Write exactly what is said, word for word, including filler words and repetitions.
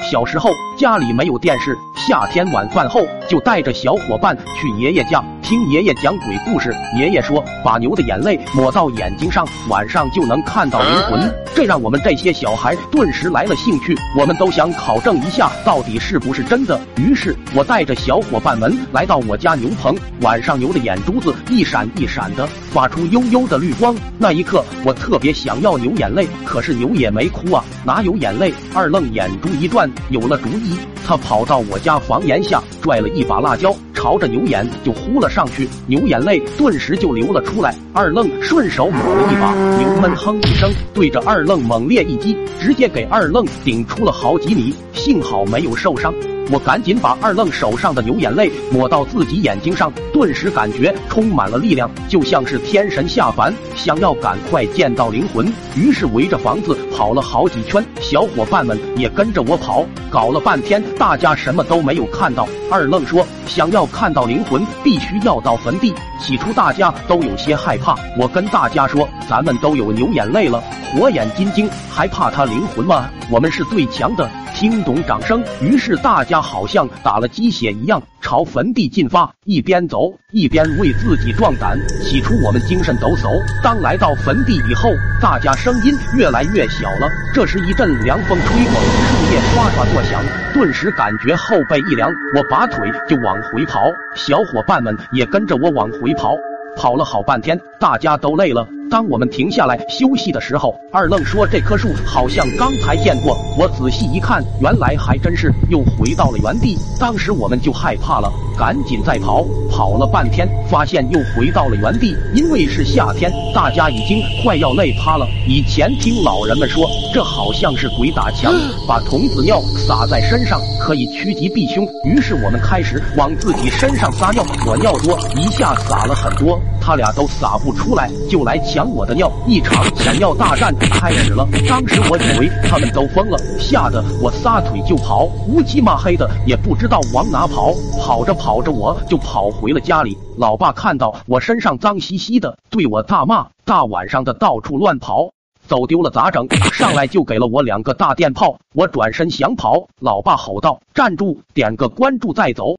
小时候家里没有电视，夏天晚饭后就带着小伙伴去爷爷家听爷爷讲鬼故事。爷爷说把牛的眼泪抹到眼睛上，晚上就能看到灵魂，这让我们这些小孩顿时来了兴趣，我们都想考证一下到底是不是真的。于是我带着小伙伴们来到我家牛棚，晚上牛的眼珠子一闪一闪的发出幽幽的绿光，那一刻我特别想要牛眼泪，可是牛也没哭啊，哪有眼泪？二愣眼珠一转，有了主意，他跑到我家房檐下拽了一把辣椒，朝着牛眼就呼了上去，牛眼泪顿时就流了出来。二愣顺手抹了一把，牛闷哼一声，对着二愣猛烈一击，直接给二愣顶出了好几米，幸好没有受伤。我赶紧把二愣手上的牛眼泪抹到自己眼睛上，顿时感觉充满了力量，就像是天神下凡，想要赶快见到灵魂。于是围着房子跑了好几圈，小伙伴们也跟着我跑，搞了半天大家什么都没有看到。二愣说想要看到灵魂必须要到坟地，起初大家都有些害怕，我跟大家说咱们都有牛眼泪了，火眼金睛还怕他灵魂吗？我们是最强的。听懂掌声，于是大家好像打了鸡血一样朝坟地进发，一边走一边为自己壮胆。起初我们精神抖擞，当来到坟地以后，大家声音越来越小了。这时一阵凉风吹过，树叶唰唰作响，顿时感觉后背一凉，我拔腿就往回跑，小伙伴们也跟着我往回跑。跑了好半天，大家都累了。当我们停下来休息的时候，二愣说这棵树好像刚才见过，我仔细一看，原来还真是，又回到了原地。当时我们就害怕了，赶紧再跑，跑了半天发现又回到了原地。因为是夏天，大家已经快要累趴了。以前听老人们说，这好像是鬼打墙，把童子尿洒在身上可以趋吉避凶。于是我们开始往自己身上撒尿，我尿多一下撒了很多，他俩都撒不出来，就来抢我的尿，一场抢尿大战开始了。当时我以为他们都疯了，吓得我撒腿就跑，乌漆嘛黑的也不知道往哪跑。跑着跑着我就跑回了家里，老爸看到我身上脏兮兮的，对我大骂，大晚上的到处乱跑，走丢了咋整？上来就给了我两个大电炮，我转身想跑，老爸吼道：站住，点个关注再走。